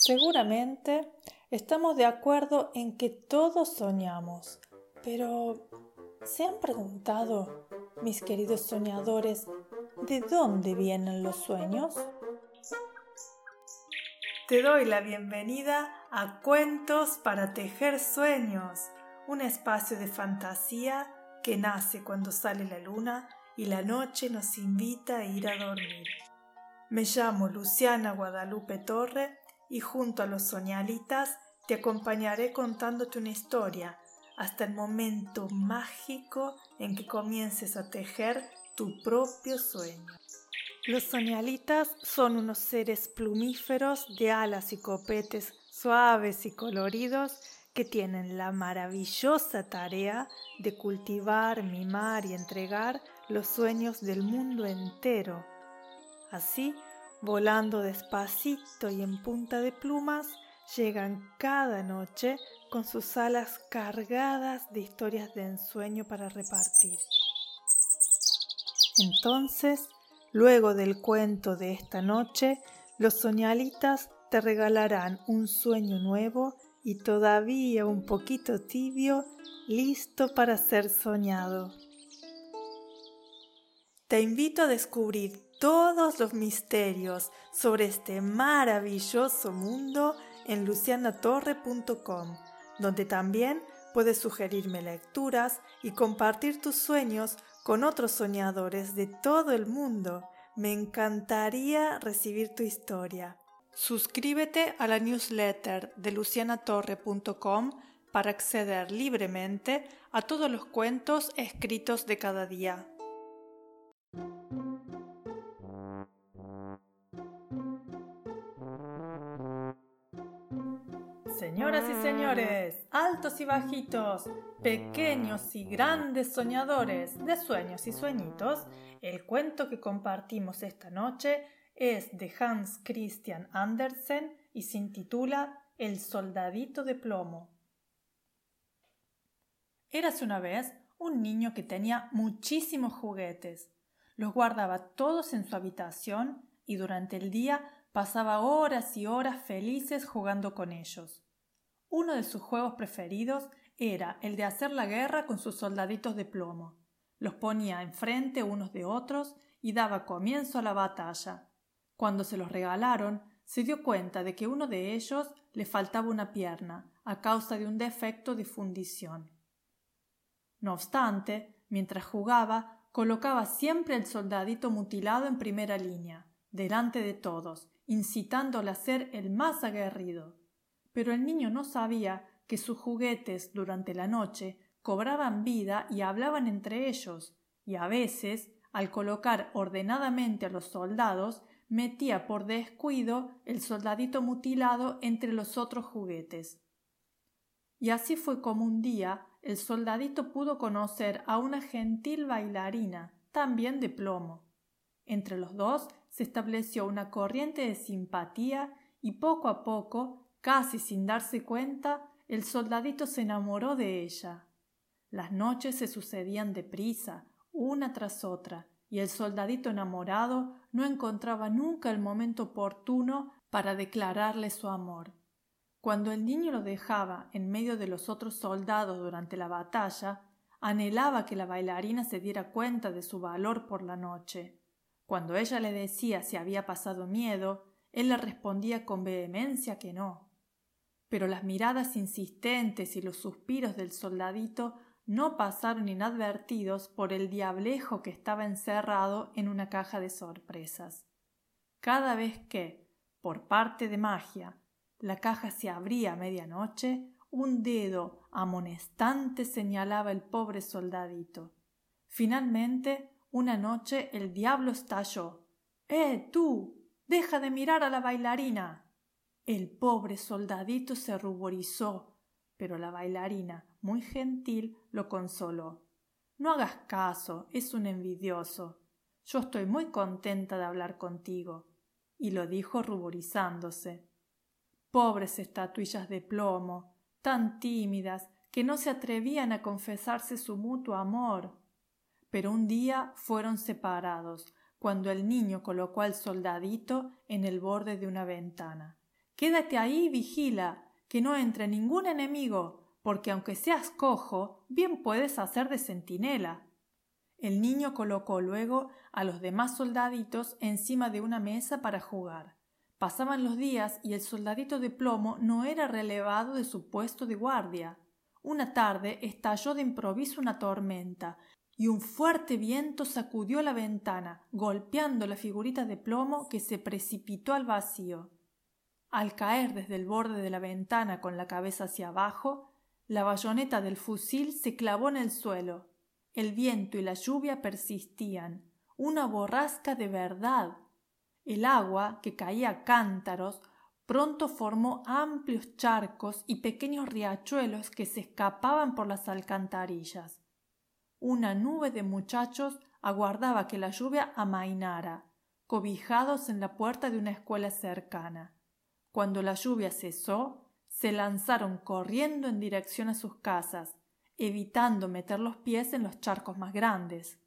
Seguramente estamos de acuerdo en que todos soñamos, pero ¿se han preguntado, mis queridos soñadores, de dónde vienen los sueños? Te doy la bienvenida a Cuentos para Tejer Sueños, un espacio de fantasía que nace cuando sale la luna y la noche nos invita a ir a dormir. Me llamo Luciana Guadalupe Torre y junto a los soñalitas te acompañaré contándote una historia hasta el momento mágico en que comiences a tejer tu propio sueño. Los soñalitas son unos seres plumíferos de alas y copetes suaves y coloridos que tienen la maravillosa tarea de cultivar, mimar y entregar los sueños del mundo entero. Así, volando despacito y en punta de plumas, llegan cada noche con sus alas cargadas de historias de ensueño para repartir. Entonces, luego del cuento de esta noche, los soñalitas te regalarán un sueño nuevo y todavía un poquito tibio, listo para ser soñado. Te invito a descubrir todos los misterios sobre este maravilloso mundo en lucianatorre.com, donde también puedes sugerirme lecturas y compartir tus sueños con otros soñadores de todo el mundo. Me encantaría recibir tu historia. Suscríbete a la newsletter de lucianatorre.com para acceder libremente a todos los cuentos escritos de cada día. Señoras y señores, altos y bajitos, pequeños y grandes soñadores de sueños y sueñitos, el cuento que compartimos esta noche es de Hans Christian Andersen y se intitula El soldadito de plomo. Érase una vez un niño que tenía muchísimos juguetes. Los guardaba todos en su habitación y durante el día pasaba horas y horas felices jugando con ellos. Uno de sus juegos preferidos era el de hacer la guerra con sus soldaditos de plomo. Los ponía enfrente unos de otros y daba comienzo a la batalla. Cuando se los regalaron, se dio cuenta de que uno de ellos le faltaba una pierna a causa de un defecto de fundición. No obstante, mientras jugaba, colocaba siempre el soldadito mutilado en primera línea, delante de todos, incitándole a ser el más aguerrido. Pero el niño no sabía que sus juguetes durante la noche cobraban vida y hablaban entre ellos, y a veces, al colocar ordenadamente a los soldados, metía por descuido el soldadito mutilado entre los otros juguetes. Y así fue como un día el soldadito pudo conocer a una gentil bailarina, también de plomo. Entre los dos se estableció una corriente de simpatía y poco a poco, casi sin darse cuenta, el soldadito se enamoró de ella. Las noches se sucedían deprisa, una tras otra, y el soldadito enamorado no encontraba nunca el momento oportuno para declararle su amor. Cuando el niño lo dejaba en medio de los otros soldados durante la batalla, anhelaba que la bailarina se diera cuenta de su valor por la noche. Cuando ella le decía si había pasado miedo, él le respondía con vehemencia que no. Pero las miradas insistentes y los suspiros del soldadito no pasaron inadvertidos por el diablejo que estaba encerrado en una caja de sorpresas. Cada vez que, por parte de magia, la caja se abría a medianoche, un dedo amonestante señalaba el pobre soldadito. Finalmente, una noche el diablo estalló. ¡Tú! ¡Deja de mirar a la bailarina! El pobre soldadito se ruborizó, pero la bailarina, muy gentil, lo consoló. No hagas caso, es un envidioso. Yo estoy muy contenta de hablar contigo. Y lo dijo ruborizándose. Pobres estatuillas de plomo, tan tímidas que no se atrevían a confesarse su mutuo amor. Pero un día fueron separados, cuando el niño colocó al soldadito en el borde de una ventana. Quédate ahí y vigila, que no entre ningún enemigo, porque aunque seas cojo, bien puedes hacer de centinela. El niño colocó luego a los demás soldaditos encima de una mesa para jugar. Pasaban los días y el soldadito de plomo no era relevado de su puesto de guardia. Una tarde estalló de improviso una tormenta y un fuerte viento sacudió la ventana, golpeando la figurita de plomo que se precipitó al vacío. Al caer desde el borde de la ventana con la cabeza hacia abajo, la bayoneta del fusil se clavó en el suelo. El viento y la lluvia persistían, una borrasca de verdad. El agua, que caía a cántaros, pronto formó amplios charcos y pequeños riachuelos que se escapaban por las alcantarillas. Una nube de muchachos aguardaba que la lluvia amainara, cobijados en la puerta de una escuela cercana. Cuando la lluvia cesó, se lanzaron corriendo en dirección a sus casas, evitando meter los pies en los charcos más grandes.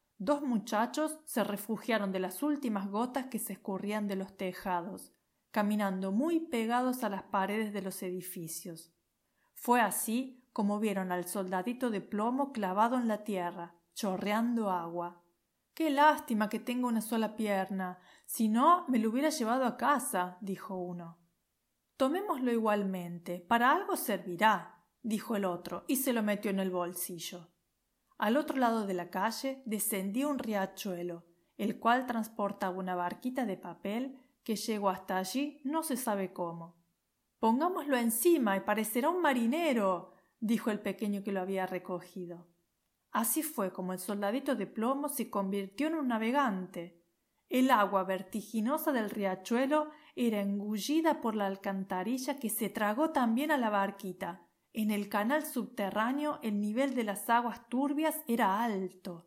2 muchachos se refugiaron de las últimas gotas que se escurrían de los tejados, caminando muy pegados a las paredes de los edificios. Fue así como vieron al soldadito de plomo clavado en la tierra, chorreando agua. «Qué lástima que tenga una sola pierna. Si no, me lo hubiera llevado a casa», dijo uno. «Tomémoslo igualmente. Para algo servirá», dijo el otro, y se lo metió en el bolsillo. Al otro lado de la calle descendía un riachuelo, el cual transportaba una barquita de papel que llegó hasta allí no se sabe cómo. «Pongámoslo encima y parecerá un marinero», dijo el pequeño que lo había recogido. Así fue como el soldadito de plomo se convirtió en un navegante. El agua vertiginosa del riachuelo era engullida por la alcantarilla que se tragó también a la barquita. En el canal subterráneo el nivel de las aguas turbias era alto.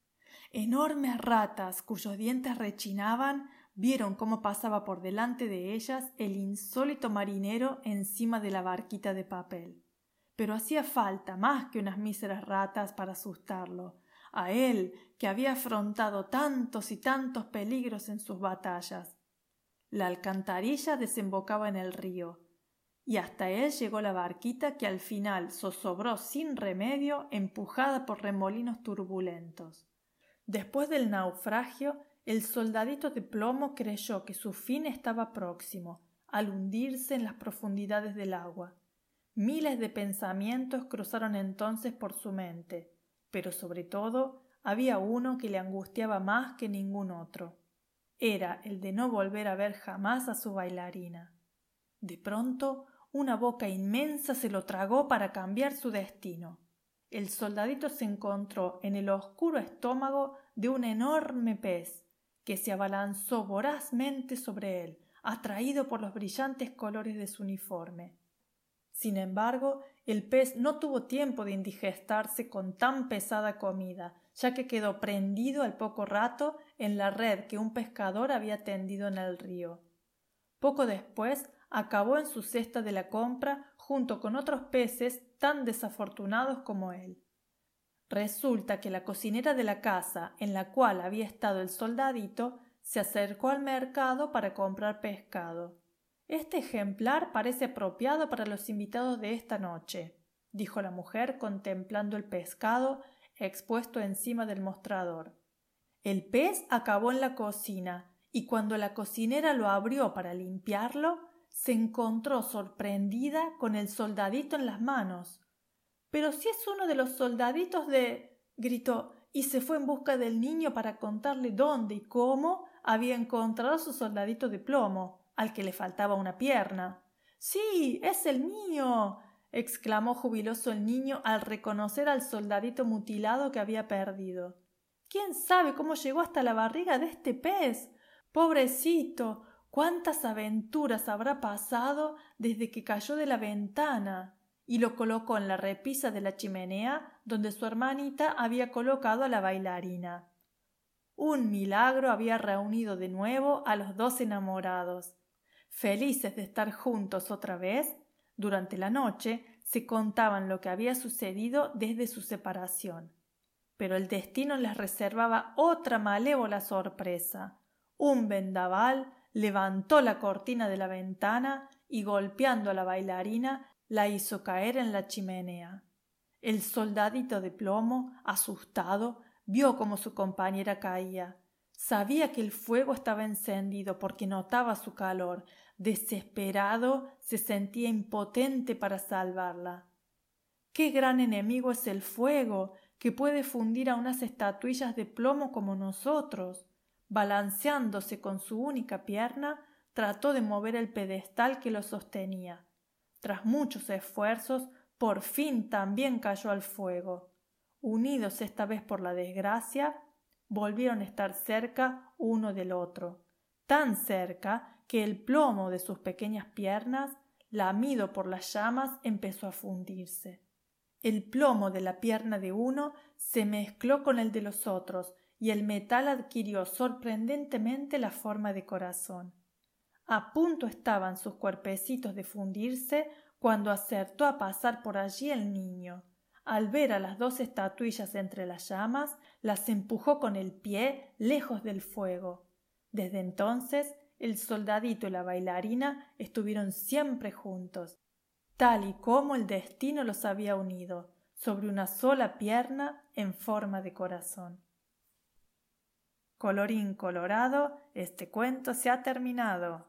Enormes ratas, cuyos dientes rechinaban, vieron cómo pasaba por delante de ellas el insólito marinero encima de la barquita de papel. Pero hacía falta más que unas míseras ratas para asustarlo, a él que había afrontado tantos y tantos peligros en sus batallas. La alcantarilla desembocaba en el río, y hasta él llegó la barquita que al final zozobró sin remedio, empujada por remolinos turbulentos. Después del naufragio, el soldadito de plomo creyó que su fin estaba próximo, al hundirse en las profundidades del agua. Miles de pensamientos cruzaron entonces por su mente, pero sobre todo había uno que le angustiaba más que ningún otro. Era el de no volver a ver jamás a su bailarina. De pronto, una boca inmensa se lo tragó para cambiar su destino. El soldadito se encontró en el oscuro estómago de un enorme pez, que se abalanzó vorazmente sobre él, atraído por los brillantes colores de su uniforme. Sin embargo, el pez no tuvo tiempo de indigestarse con tan pesada comida, ya que quedó prendido al poco rato en la red que un pescador había tendido en el río. Poco después acabó en su cesta de la compra junto con otros peces tan desafortunados como él. Resulta que la cocinera de la casa en la cual había estado el soldadito se acercó al mercado para comprar pescado. «Este ejemplar parece apropiado para los invitados de esta noche», dijo la mujer contemplando el pescado expuesto encima del mostrador. El pez acabó en la cocina y cuando la cocinera lo abrió para limpiarlo, se encontró sorprendida con el soldadito en las manos. «Pero si es uno de los soldaditos de…», gritó, y se fue en busca del niño para contarle dónde y cómo había encontrado a su soldadito de plomo, al que le faltaba una pierna. «¡Sí, es el mío!», exclamó jubiloso el niño al reconocer al soldadito mutilado que había perdido. «¿Quién sabe cómo llegó hasta la barriga de este pez? Pobrecito, cuántas aventuras habrá pasado desde que cayó de la ventana», y lo colocó en la repisa de la chimenea donde su hermanita había colocado a la bailarina. Un milagro había reunido de nuevo a los 2 enamorados. Felices de estar juntos otra vez, durante la noche se contaban lo que había sucedido desde su separación. Pero el destino les reservaba otra malévola sorpresa. Un vendaval levantó la cortina de la ventana y golpeando a la bailarina la hizo caer en la chimenea. El soldadito de plomo, asustado, vio cómo su compañera caía. Sabía que el fuego estaba encendido porque notaba su calor. Desesperado, se sentía impotente para salvarla. ¡Qué gran enemigo es el fuego, que puede fundir a unas estatuillas de plomo como nosotros! Balanceándose con su única pierna, trató de mover el pedestal que lo sostenía. Tras muchos esfuerzos, por fin también cayó al fuego. Unidos esta vez por la desgracia, volvieron a estar cerca uno del otro, tan cerca que el plomo de sus pequeñas piernas, lamido por las llamas, empezó a fundirse. El plomo de la pierna de uno se mezcló con el de los otros y el metal adquirió sorprendentemente la forma de corazón. A punto estaban sus cuerpecitos de fundirse cuando acertó a pasar por allí el niño. Al ver a las dos estatuillas entre las llamas, las empujó con el pie lejos del fuego. Desde entonces, el soldadito y la bailarina estuvieron siempre juntos, tal y como el destino los había unido, sobre una sola pierna en forma de corazón. Colorín colorado, este cuento se ha terminado.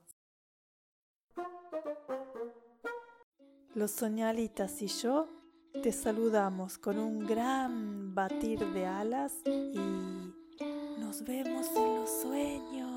Los soñalitas y yo te saludamos con un gran batir de alas y nos vemos en los sueños.